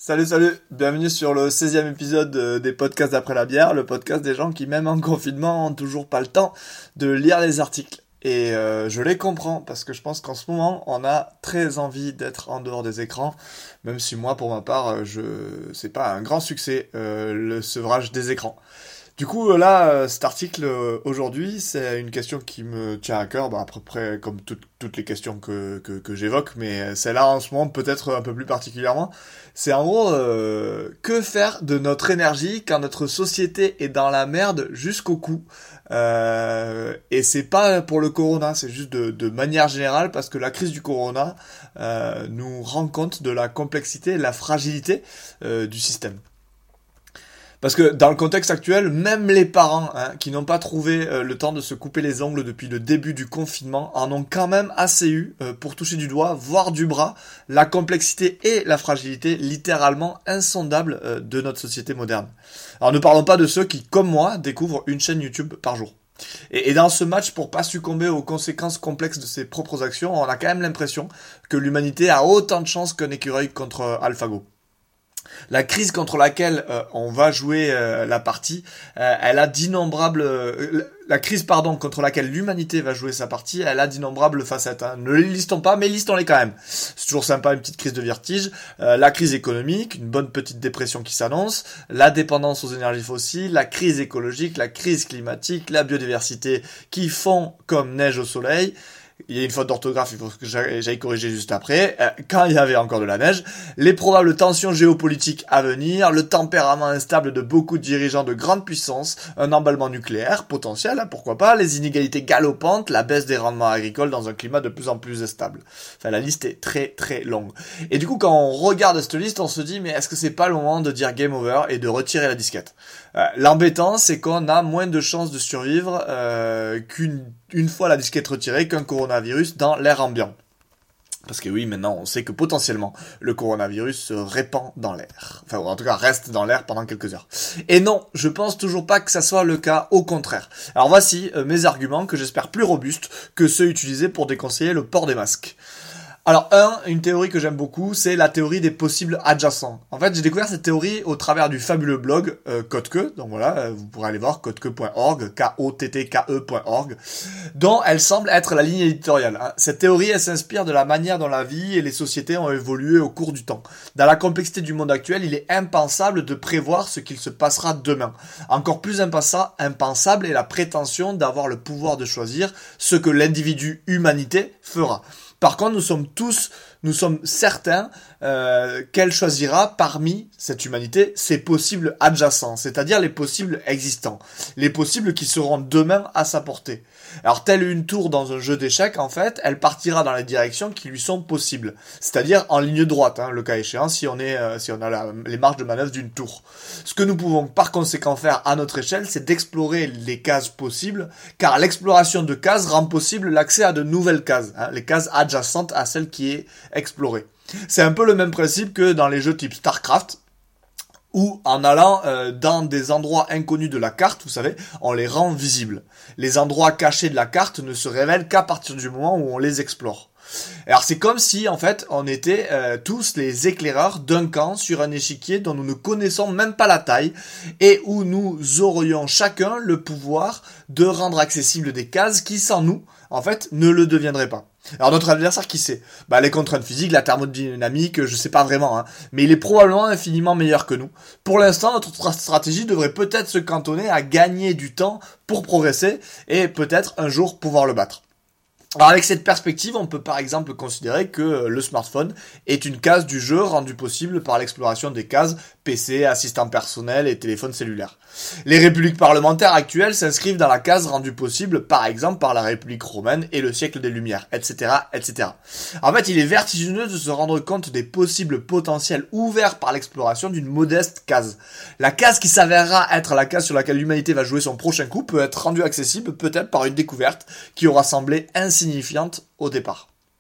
Salut, bienvenue sur le 16e épisode des podcasts d'après la bière, le podcast des gens qui même en confinement ont toujours pas le temps de lire les articles. Et je les comprends parce que je pense qu'en ce moment on a très envie d'être en dehors des écrans, même si moi pour ma part c'est pas un grand succès le sevrage des écrans. Du coup, là, cet article, aujourd'hui, c'est une question qui me tient à cœur, à peu près comme toutes les questions que j'évoque, mais celle-là, en ce moment, peut-être un peu plus particulièrement. C'est en gros, que faire de notre énergie quand notre société est dans la merde jusqu'au cou. Et c'est pas pour le corona, c'est juste de manière générale, parce que la crise du corona nous rend compte de la complexité et de la fragilité du système. Parce que dans le contexte actuel, même les parents qui n'ont pas trouvé le temps de se couper les ongles depuis le début du confinement en ont quand même assez eu pour toucher du doigt, voire du bras, la complexité et la fragilité littéralement insondables de notre société moderne. Alors ne parlons pas de ceux qui, comme moi, découvrent une chaîne YouTube par jour. Et dans ce match, pour pas succomber aux conséquences complexes de ses propres actions, on a quand même l'impression que l'humanité a autant de chances qu'un écureuil contre AlphaGo. La crise contre laquelle on va jouer la partie, elle a d'innombrables... la crise contre laquelle l'humanité va jouer sa partie, elle a d'innombrables facettes. Ne les listons pas, mais listons-les quand même. C'est toujours sympa, une petite crise de vertige. La crise économique, une bonne petite dépression qui s'annonce, la dépendance aux énergies fossiles, la crise écologique, la crise climatique, la biodiversité qui fond comme neige au soleil. Il y a une faute d'orthographe, il faut que j'aille corriger juste après, quand il y avait encore de la neige, les probables tensions géopolitiques à venir, le tempérament instable de beaucoup de dirigeants de grandes puissances, un emballement nucléaire potentiel, pourquoi pas, les inégalités galopantes, la baisse des rendements agricoles dans un climat de plus en plus instable. Enfin, la liste est très très longue. Et du coup, quand on regarde cette liste, on se dit, mais est-ce que c'est pas le moment de dire game over et de retirer la disquette? L'embêtant, c'est qu'on a moins de chances de survivre qu'une fois la disquette retirée qu'un coronavirus dans l'air ambiant. Parce que oui, maintenant, on sait que potentiellement, le coronavirus se répand dans l'air. Enfin, ou en tout cas, reste dans l'air pendant quelques heures. Et non, je pense toujours pas que ça soit le cas, au contraire. Alors voici mes arguments que j'espère plus robustes que ceux utilisés pour déconseiller le port des masques. Alors, une théorie que j'aime beaucoup, c'est la théorie des possibles adjacents. En fait, j'ai découvert cette théorie au travers du fabuleux blog Kottke, donc voilà, vous pourrez aller voir kottke.org, kottke.org, dont elle semble être la ligne éditoriale. Cette théorie, elle s'inspire de la manière dont la vie et les sociétés ont évolué au cours du temps. Dans la complexité du monde actuel, il est impensable de prévoir ce qu'il se passera demain. Encore plus impensable est la prétention d'avoir le pouvoir de choisir ce que l'individu humanité fera. Par contre, nous sommes certains qu'elle choisira parmi cette humanité ses possibles adjacents, c'est-à-dire les possibles existants, les possibles qui seront demain à sa portée. Alors, telle une tour dans un jeu d'échecs, en fait, elle partira dans les directions qui lui sont possibles, c'est-à-dire en ligne droite, le cas échéant, si on a les marges de manœuvre d'une tour. Ce que nous pouvons par conséquent faire à notre échelle, c'est d'explorer les cases possibles, car l'exploration de cases rend possible l'accès à de nouvelles cases, les cases adjacentes à celle qui est explorée. C'est un peu le même principe que dans les jeux type StarCraft, où en allant dans des endroits inconnus de la carte, vous savez, on les rend visibles. Les endroits cachés de la carte ne se révèlent qu'à partir du moment où on les explore. Alors c'est comme si en fait on était tous les éclaireurs d'un camp sur un échiquier dont nous ne connaissons même pas la taille et où nous aurions chacun le pouvoir de rendre accessibles des cases qui sans nous en fait ne le deviendraient pas. Alors notre adversaire qui c'est ? Les contraintes physiques, la thermodynamique, je sais pas vraiment, mais il est probablement infiniment meilleur que nous. Pour l'instant, notre stratégie devrait peut-être se cantonner à gagner du temps pour progresser et peut-être un jour pouvoir le battre. Alors avec cette perspective, on peut par exemple considérer que le smartphone est une case du jeu rendue possible par l'exploration des cases PC, assistant personnel et téléphone cellulaire. Les républiques parlementaires actuelles s'inscrivent dans la case rendue possible par exemple par la République romaine et le siècle des Lumières, etc., etc. En fait, il est vertigineux de se rendre compte des possibles potentiels ouverts par l'exploration d'une modeste case. La case qui s'avérera être la case sur laquelle l'humanité va jouer son prochain coup peut être rendue accessible peut-être par une découverte qui aura semblé insignifiante au départ.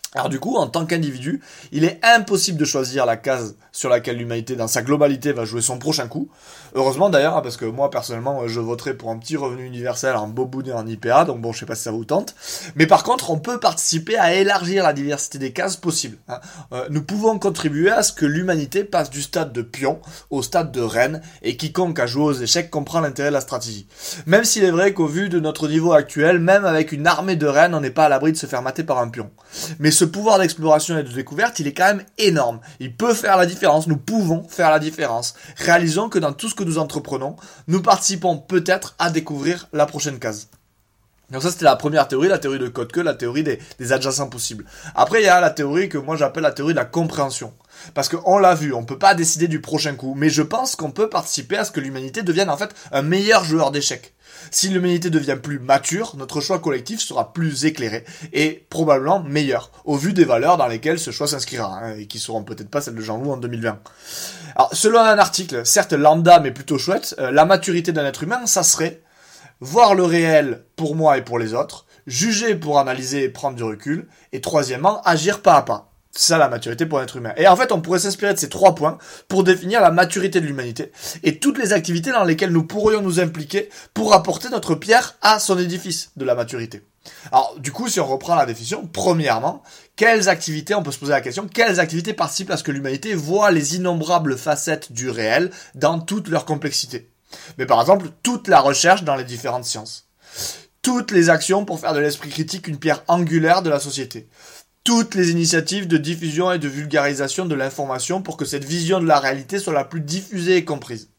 Alors du coup, en tant qu'individu, il est impossible de choisir la case sur laquelle l'humanité dans sa globalité va jouer son prochain coup. Heureusement d'ailleurs, parce que moi personnellement, je voterai pour un petit revenu universel, un beau boudin en IPA, donc bon, je sais pas si ça vous tente. Mais par contre, on peut participer à élargir la diversité des cases possibles. Nous pouvons contribuer à ce que l'humanité passe du stade de pion au stade de reine, et quiconque a joué aux échecs comprend l'intérêt de la stratégie. Même s'il est vrai qu'au vu de notre niveau actuel, même avec une armée de reines, on n'est pas à l'abri de se faire mater par un pion. Mais ce pouvoir d'exploration et de découverte, il est quand même énorme. Il peut faire la différence, nous pouvons faire la différence. Réalisons que dans tout ce que nous entreprenons, nous participons peut-être à découvrir la prochaine case. Donc ça, c'était la première théorie, la théorie de Kottke, la théorie des adjacents possibles. Après, il y a la théorie que moi j'appelle la théorie de la compréhension. Parce qu'on l'a vu, on peut pas décider du prochain coup, mais je pense qu'on peut participer à ce que l'humanité devienne en fait un meilleur joueur d'échecs. Si l'humanité devient plus mature, notre choix collectif sera plus éclairé et probablement meilleur, au vu des valeurs dans lesquelles ce choix s'inscrira, et qui seront peut-être pas celles de Jean-Loup en 2020. Alors, selon un article, certes lambda, mais plutôt chouette, la maturité d'un être humain, ça serait voir le réel pour moi et pour les autres, juger pour analyser et prendre du recul, et troisièmement, agir pas à pas. C'est ça la maturité pour un être humain. Et en fait, on pourrait s'inspirer de ces 3 points pour définir la maturité de l'humanité et toutes les activités dans lesquelles nous pourrions nous impliquer pour apporter notre pierre à son édifice de la maturité. Alors, du coup, si on reprend la définition, premièrement, quelles activités, on peut se poser la question, quelles activités participent à ce que l'humanité voit les innombrables facettes du réel dans toute leur complexité? Mais par exemple, toute la recherche dans les différentes sciences. Toutes les actions pour faire de l'esprit critique une pierre angulaire de la société. Toutes les initiatives de diffusion et de vulgarisation de l'information pour que cette vision de la réalité soit la plus diffusée et comprise.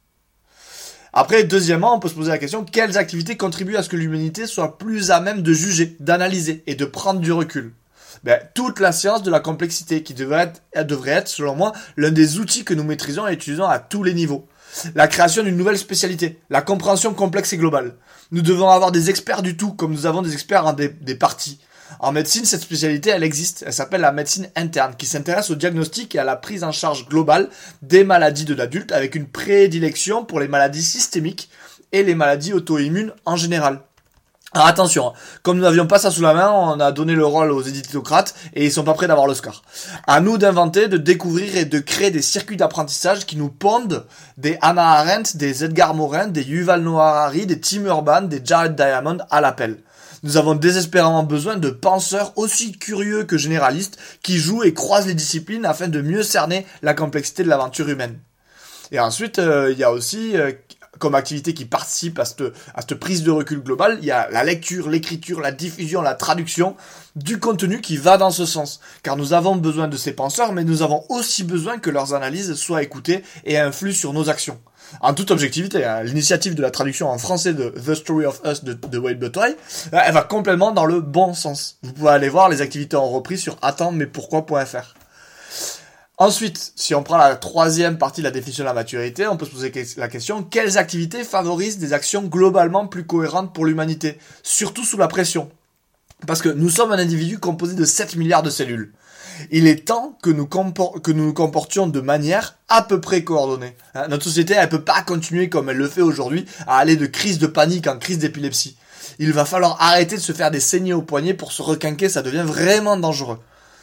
Après, deuxièmement, on peut se poser la question, quelles activités contribuent à ce que l'humanité soit plus à même de juger, d'analyser et de prendre du recul? Toute la science de la complexité qui devrait être, selon moi, l'un des outils que nous maîtrisons et utilisons à tous les niveaux. La création d'une nouvelle spécialité, la compréhension complexe et globale. Nous devons avoir des experts du tout, comme nous avons des experts en des parties. En médecine, cette spécialité, elle existe. Elle s'appelle la médecine interne, qui s'intéresse au diagnostic et à la prise en charge globale des maladies de l'adulte, avec une prédilection pour les maladies systémiques et les maladies auto-immunes en général. Alors attention, comme nous n'avions pas ça sous la main, on a donné le rôle aux éditocrates et ils sont pas prêts d'avoir l'Oscar. À nous d'inventer, de découvrir et de créer des circuits d'apprentissage qui nous pondent des Hannah Arendt, des Edgar Morin, des Yuval Noah Harari, des Tim Urban, des Jared Diamond à l'appel. Nous avons désespérément besoin de penseurs aussi curieux que généralistes qui jouent et croisent les disciplines afin de mieux cerner la complexité de l'aventure humaine. Et ensuite, il y a aussi, comme activité qui participe à cette prise de recul globale, il y a la lecture, l'écriture, la diffusion, la traduction du contenu qui va dans ce sens. Car nous avons besoin de ces penseurs, mais nous avons aussi besoin que leurs analyses soient écoutées et influent sur nos actions. En toute objectivité, l'initiative de la traduction en français de The Story of Us de Wade Butoy, elle va complètement dans le bon sens. Vous pouvez aller voir, les activités ont repris sur attends-mais-pourquoi.fr. Ensuite, si on prend la troisième partie de la définition de la maturité, on peut se poser la question, quelles activités favorisent des actions globalement plus cohérentes pour l'humanité, surtout sous la pression? Parce que nous sommes un individu composé de 7 milliards de cellules. Il est temps que nous nous comportions de manière à peu près coordonnée. Notre société, elle peut pas continuer comme elle le fait aujourd'hui, à aller de crise de panique en crise d'épilepsie. Il va falloir arrêter de se faire des saignées au poignet pour se requinquer, ça devient vraiment dangereux.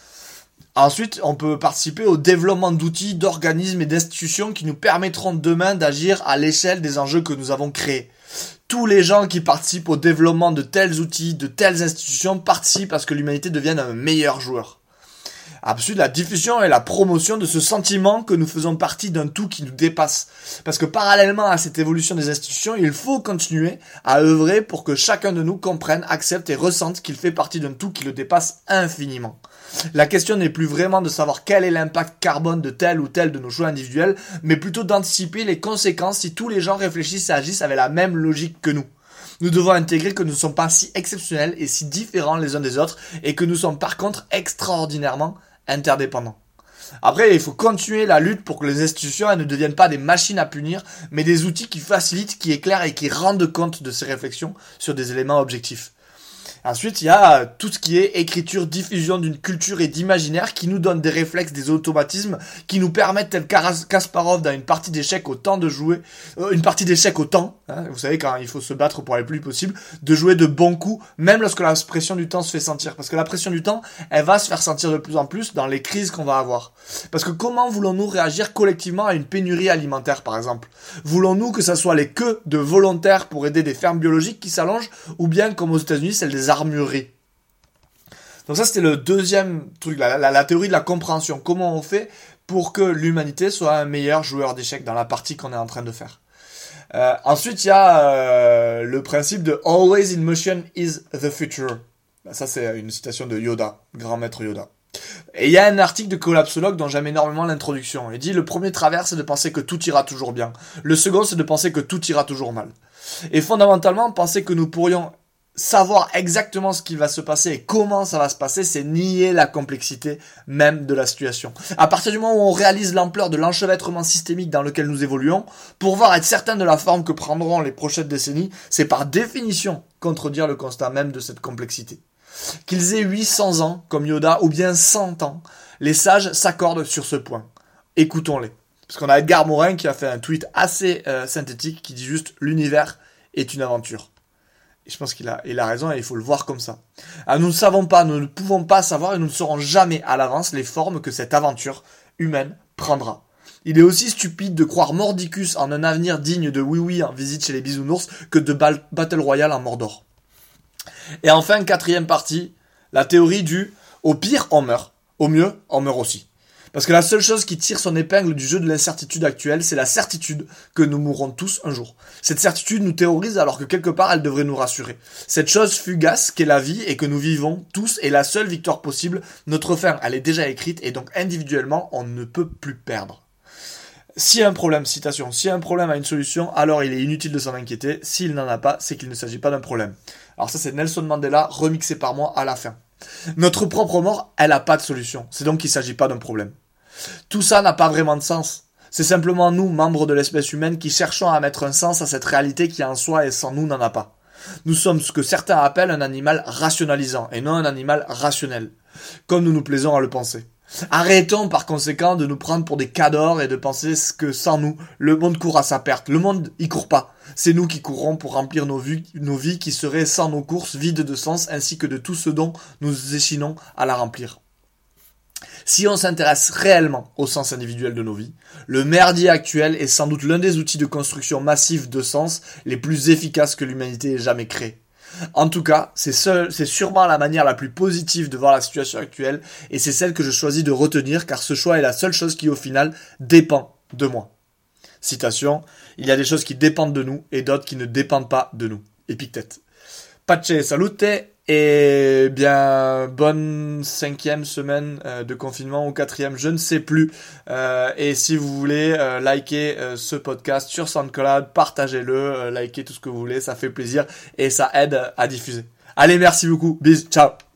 Ensuite, on peut participer au développement d'outils, d'organismes et d'institutions qui nous permettront demain d'agir à l'échelle des enjeux que nous avons créés. Tous les gens qui participent au développement de tels outils, de telles institutions participent à ce que l'humanité devienne un meilleur joueur. Ensuite, la diffusion et la promotion de ce sentiment que nous faisons partie d'un tout qui nous dépasse. Parce que parallèlement à cette évolution des institutions, il faut continuer à œuvrer pour que chacun de nous comprenne, accepte et ressente qu'il fait partie d'un tout qui le dépasse infiniment. La question n'est plus vraiment de savoir quel est l'impact carbone de tel ou tel de nos choix individuels, mais plutôt d'anticiper les conséquences si tous les gens réfléchissent et agissent avec la même logique que nous. Nous devons intégrer que nous ne sommes pas si exceptionnels et si différents les uns des autres, et que nous sommes par contre extraordinairement interdépendants. Après, il faut continuer la lutte pour que les institutions ne deviennent pas des machines à punir, mais des outils qui facilitent, qui éclairent et qui rendent compte de ces réflexions sur des éléments objectifs. Ensuite, il y a tout ce qui est écriture, diffusion d'une culture et d'imaginaire qui nous donne des réflexes, des automatismes qui nous permettent, tel Kasparov dans une partie d'échecs au temps de jouer, une partie d'échecs au temps, hein, vous savez quand il faut se battre pour aller le plus possible, de jouer de bons coups, même lorsque la pression du temps se fait sentir. Parce que la pression du temps, elle va se faire sentir de plus en plus dans les crises qu'on va avoir. Parce que comment voulons-nous réagir collectivement à une pénurie alimentaire, par exemple? Voulons-nous que ça soit les queues de volontaires pour aider des fermes biologiques qui s'allongent, ou bien, comme aux États-Unis, celle des armureries? Donc ça, c'était le deuxième truc, la théorie de la compréhension. Comment on fait pour que l'humanité soit un meilleur joueur d'échecs dans la partie qu'on est en train de faire. Ensuite, il y a le principe de Always in motion is the future. Ça, c'est une citation de Yoda, grand maître Yoda. Et il y a un article de Collapsologue dont j'aime énormément l'introduction. Il dit: le premier travers, c'est de penser que tout ira toujours bien. Le second, c'est de penser que tout ira toujours mal. Et fondamentalement, penser que nous pourrions savoir exactement ce qui va se passer et comment ça va se passer, c'est nier la complexité même de la situation. À partir du moment où on réalise l'ampleur de l'enchevêtrement systémique dans lequel nous évoluons, pour pouvoir être certain de la forme que prendront les prochaines décennies, c'est par définition contredire le constat même de cette complexité. Qu'ils aient 800 ans, comme Yoda, ou bien 100 ans, les sages s'accordent sur ce point. Écoutons-les. Parce qu'on a Edgar Morin qui a fait un tweet assez synthétique qui dit juste: l'univers est une aventure. Et je pense qu'il a raison et il faut le voir comme ça. Alors, nous ne savons pas, nous ne pouvons pas savoir et nous ne saurons jamais à l'avance les formes que cette aventure humaine prendra. Il est aussi stupide de croire Mordicus en un avenir digne de Oui Oui en visite chez les bisounours que de Battle Royale en Mordor. Et enfin, quatrième partie, la théorie du « au pire, on meurt, au mieux, on meurt aussi ». Parce que la seule chose qui tire son épingle du jeu de l'incertitude actuelle, c'est la certitude que nous mourrons tous un jour. Cette certitude nous terrorise alors que quelque part elle devrait nous rassurer. Cette chose fugace qu'est la vie et que nous vivons tous est la seule victoire possible. Notre fin, elle est déjà écrite et donc individuellement, on ne peut plus perdre. Si un problème, citation, si un problème a une solution, alors il est inutile de s'en inquiéter. S'il n'en a pas, c'est qu'il ne s'agit pas d'un problème. Alors ça, c'est Nelson Mandela, remixé par moi à la fin. Notre propre mort, elle n'a pas de solution. C'est donc qu'il ne s'agit pas d'un problème. Tout ça n'a pas vraiment de sens. C'est simplement nous, membres de l'espèce humaine, qui cherchons à mettre un sens à cette réalité qui en soi et sans nous n'en a pas. Nous sommes ce que certains appellent un animal rationalisant et non un animal rationnel, comme nous nous plaisons à le penser. Arrêtons par conséquent de nous prendre pour des cadors et de penser que sans nous, le monde court à sa perte. Le monde, il court pas. C'est nous qui courrons pour remplir nos vies qui seraient sans nos courses vides de sens ainsi que de tout ce dont nous échinons à la remplir. Si on s'intéresse réellement au sens individuel de nos vies, le merdier actuel est sans doute l'un des outils de construction massive de sens les plus efficaces que l'humanité ait jamais créés. En tout cas, c'est sûrement la manière la plus positive de voir la situation actuelle et c'est celle que je choisis de retenir car ce choix est la seule chose qui au final dépend de moi. Citation: il y a des choses qui dépendent de nous et d'autres qui ne dépendent pas de nous. Épictète. Pace salute et bien bonne 5e semaine de confinement ou 4e, je ne sais plus. Et si vous voulez liker ce podcast sur SoundCloud, partagez-le, likez tout ce que vous voulez, ça fait plaisir et ça aide à diffuser. Allez, merci beaucoup, bisous, ciao.